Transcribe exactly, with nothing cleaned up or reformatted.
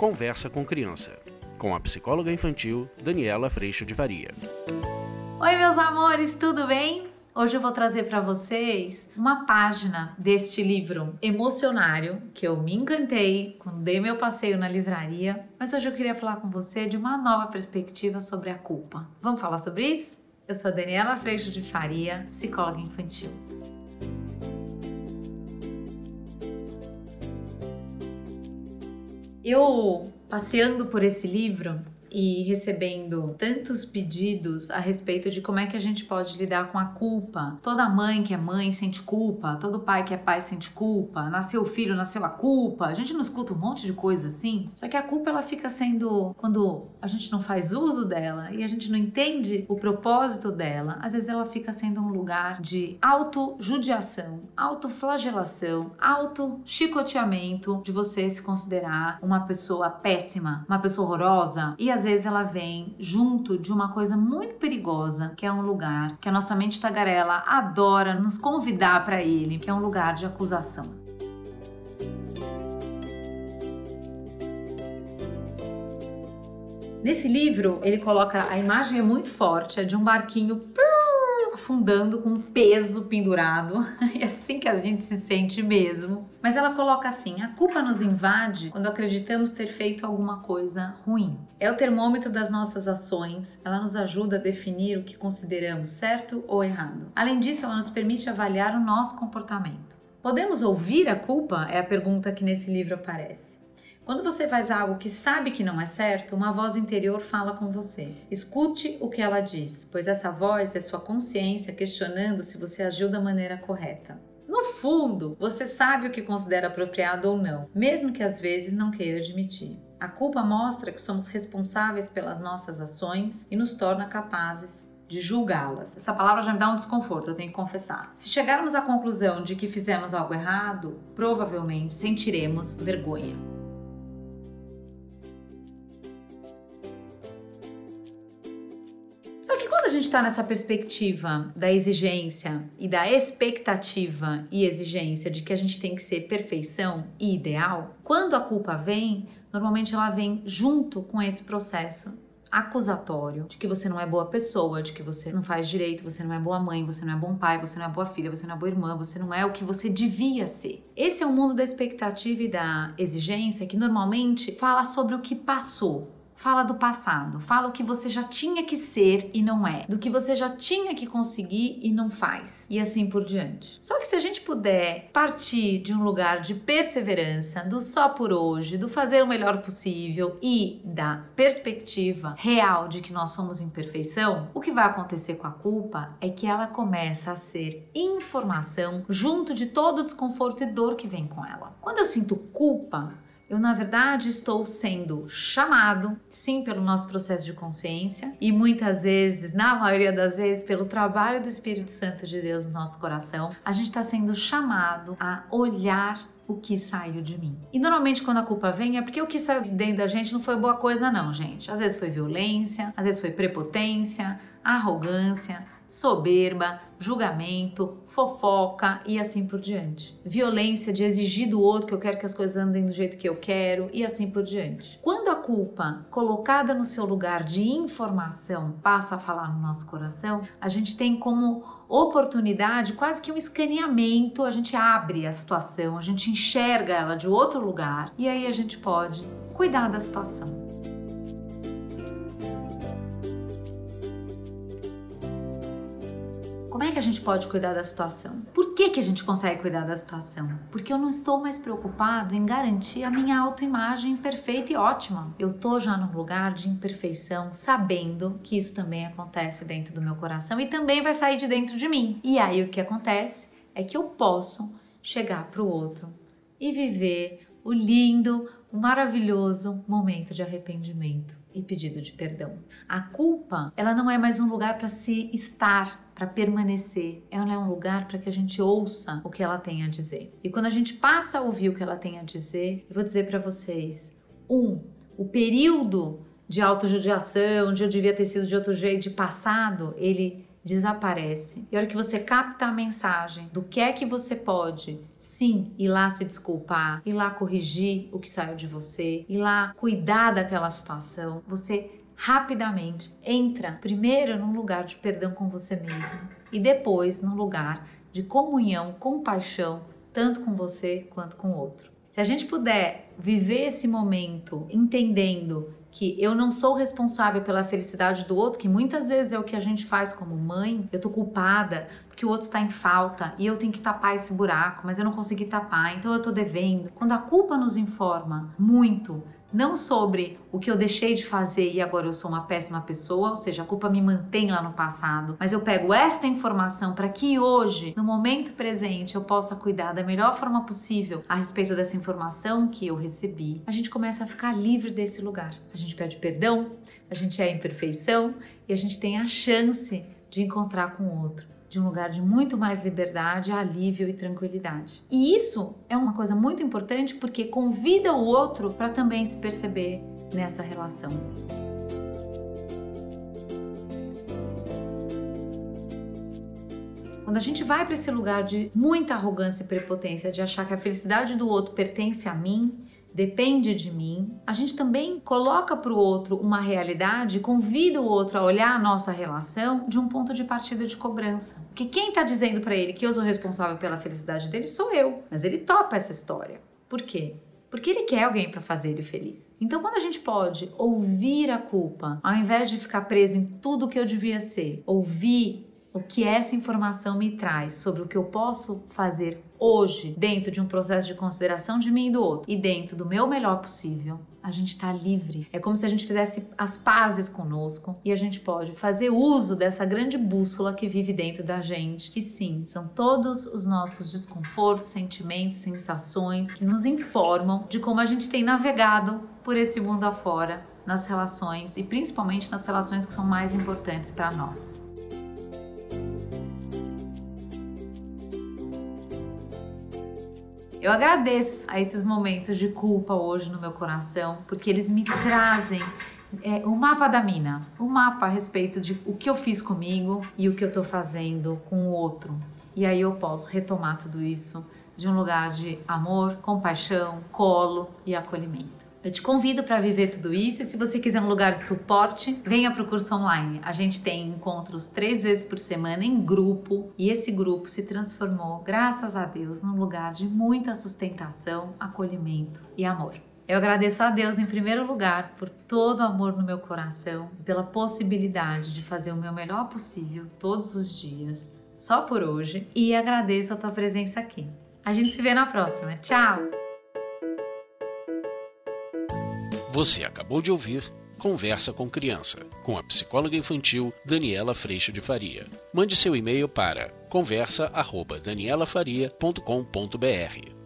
Conversa com Criança, com a psicóloga infantil Daniela Freixo de Faria. Oi, meus amores, tudo bem? Hoje eu vou trazer para vocês uma página deste livro emocionário que eu me encantei quando dei meu passeio na livraria, mas hoje eu queria falar com você de uma nova perspectiva sobre a culpa. Vamos falar sobre isso? Eu sou a Daniela Freixo de Faria, psicóloga infantil. Eu, passeando por esse livro e recebendo tantos pedidos a respeito de como é que a gente pode lidar com a culpa. Toda mãe que é mãe sente culpa, todo pai que é pai sente culpa, nasceu o filho, nasceu a culpa. A gente não escuta um monte de coisa assim, só que a culpa ela fica sendo, quando a gente não faz uso dela e a gente não entende o propósito dela, às vezes ela fica sendo um lugar de autojudiação, autoflagelação, auto-chicoteamento, de você se considerar uma pessoa péssima, uma pessoa horrorosa. E às vezes ela vem junto de uma coisa muito perigosa, que é um lugar que a nossa mente tagarela adora nos convidar para ele, que é um lugar de acusação. Nesse livro, ele coloca, a imagem é muito forte, é de um barquinho afundando com um peso pendurado. É assim que a gente se sente mesmo. Mas ela coloca assim: a culpa nos invade quando acreditamos ter feito alguma coisa ruim. É o termômetro das nossas ações, ela nos ajuda a definir o que consideramos certo ou errado. Além disso, ela nos permite avaliar o nosso comportamento. Podemos ouvir a culpa? É a pergunta que nesse livro aparece. Quando você faz algo que sabe que não é certo, uma voz interior fala com você. Escute o que ela diz, pois essa voz é sua consciência questionando se você agiu da maneira correta. No fundo, você sabe o que considera apropriado ou não, mesmo que às vezes não queira admitir. A culpa mostra que somos responsáveis pelas nossas ações e nos torna capazes de julgá-las. Essa palavra já me dá um desconforto, eu tenho que confessar. Se chegarmos à conclusão de que fizemos algo errado, provavelmente sentiremos vergonha. Só que quando a gente está nessa perspectiva da exigência e da expectativa e exigência de que a gente tem que ser perfeição e ideal, quando a culpa vem, normalmente ela vem junto com esse processo acusatório de que você não é boa pessoa, de que você não faz direito, você não é boa mãe, você não é bom pai, você não é boa filha, você não é boa irmã, você não é o que você devia ser. Esse é o mundo da expectativa e da exigência que normalmente fala sobre o que passou. Fala do passado, fala o que você já tinha que ser e não é, do que você já tinha que conseguir e não faz, e assim por diante. Só que se a gente puder partir de um lugar de perseverança, do só por hoje, do fazer o melhor possível e da perspectiva real de que nós somos imperfeição, o que vai acontecer com a culpa é que ela começa a ser informação junto de todo o desconforto e dor que vem com ela. Quando eu sinto culpa, eu, na verdade, estou sendo chamado, sim, pelo nosso processo de consciência e muitas vezes, na maioria das vezes, pelo trabalho do Espírito Santo de Deus no nosso coração, a gente está sendo chamado a olhar o que saiu de mim. E normalmente quando a culpa vem é porque o que saiu de dentro da gente não foi boa coisa não, gente. Às vezes foi violência, às vezes foi prepotência, arrogância, soberba, julgamento, fofoca e assim por diante. Violência de exigir do outro que eu quero que as coisas andem do jeito que eu quero e assim por diante. Quando a culpa, colocada no seu lugar de informação, passa a falar no nosso coração, a gente tem como oportunidade, quase que um escaneamento, a gente abre a situação, a gente enxerga ela de outro lugar e aí a gente pode cuidar da situação. Como é que a gente pode cuidar da situação? Por que que a gente consegue cuidar da situação? Porque eu não estou mais preocupado em garantir a minha autoimagem perfeita e ótima. Eu tô já num lugar de imperfeição, sabendo que isso também acontece dentro do meu coração e também vai sair de dentro de mim. E aí o que acontece é que eu posso chegar pro outro e viver o lindo, o maravilhoso momento de arrependimento e pedido de perdão. A culpa, ela não é mais um lugar para se estar, para permanecer. Ela é um lugar para que a gente ouça o que ela tem a dizer. E quando a gente passa a ouvir o que ela tem a dizer, eu vou dizer para vocês, um, o período de autojudiação, de eu devia ter sido de outro jeito, de passado, ele desaparece. E a hora que você capta a mensagem do que é que você pode, sim, ir lá se desculpar, ir lá corrigir o que saiu de você, ir lá cuidar daquela situação, você rapidamente entra primeiro num lugar de perdão com você mesmo e depois num lugar de comunhão, compaixão, tanto com você quanto com o outro. Se a gente puder viver esse momento entendendo que eu não sou responsável pela felicidade do outro, que muitas vezes é o que a gente faz como mãe, eu tô culpada porque o outro está em falta e eu tenho que tapar esse buraco, mas eu não consegui tapar, então eu tô devendo. Quando a culpa nos informa muito, não sobre o que eu deixei de fazer e agora eu sou uma péssima pessoa, ou seja, a culpa me mantém lá no passado, mas eu pego esta informação para que hoje, no momento presente, eu possa cuidar da melhor forma possível a respeito dessa informação que eu recebi, a gente começa a ficar livre desse lugar. A gente pede perdão, a gente é a imperfeição e a gente tem a chance de encontrar com o outro, de um lugar de muito mais liberdade, alívio e tranquilidade. E isso é uma coisa muito importante porque convida o outro para também se perceber nessa relação. Quando a gente vai para esse lugar de muita arrogância e prepotência, de achar que a felicidade do outro pertence a mim, depende de mim, a gente também coloca para o outro uma realidade, convida o outro a olhar a nossa relação de um ponto de partida de cobrança. Porque quem está dizendo para ele que eu sou responsável pela felicidade dele sou eu, mas ele topa essa história. Por quê? Porque ele quer alguém para fazer ele feliz. Então, quando a gente pode ouvir a culpa, ao invés de ficar preso em tudo que eu devia ser, ouvir o que essa informação me traz sobre o que eu posso fazer hoje dentro de um processo de consideração de mim e do outro e dentro do meu melhor possível, a gente está livre. É como se a gente fizesse as pazes conosco e a gente pode fazer uso dessa grande bússola que vive dentro da gente, que sim, são todos os nossos desconfortos, sentimentos, sensações que nos informam de como a gente tem navegado por esse mundo afora, nas relações e principalmente nas relações que são mais importantes para nós. Eu agradeço a esses momentos de culpa hoje no meu coração, porque eles me trazem é, um mapa da mina, um mapa a respeito de o que eu fiz comigo e o que eu tô fazendo com o outro. E aí eu posso retomar tudo isso de um lugar de amor, compaixão, colo e acolhimento. Eu te convido para viver tudo isso e se você quiser um lugar de suporte, venha para o curso online. A gente tem encontros três vezes por semana em grupo e esse grupo se transformou, graças a Deus, num lugar de muita sustentação, acolhimento e amor. Eu agradeço a Deus em primeiro lugar por todo o amor no meu coração e pela possibilidade de fazer o meu melhor possível todos os dias, só por hoje, e agradeço a tua presença aqui. A gente se vê na próxima. Tchau! Você acabou de ouvir Conversa com Criança, com a psicóloga infantil Daniela Freixo de Faria. Mande seu e-mail para conversa arroba daniela faria ponto com ponto br.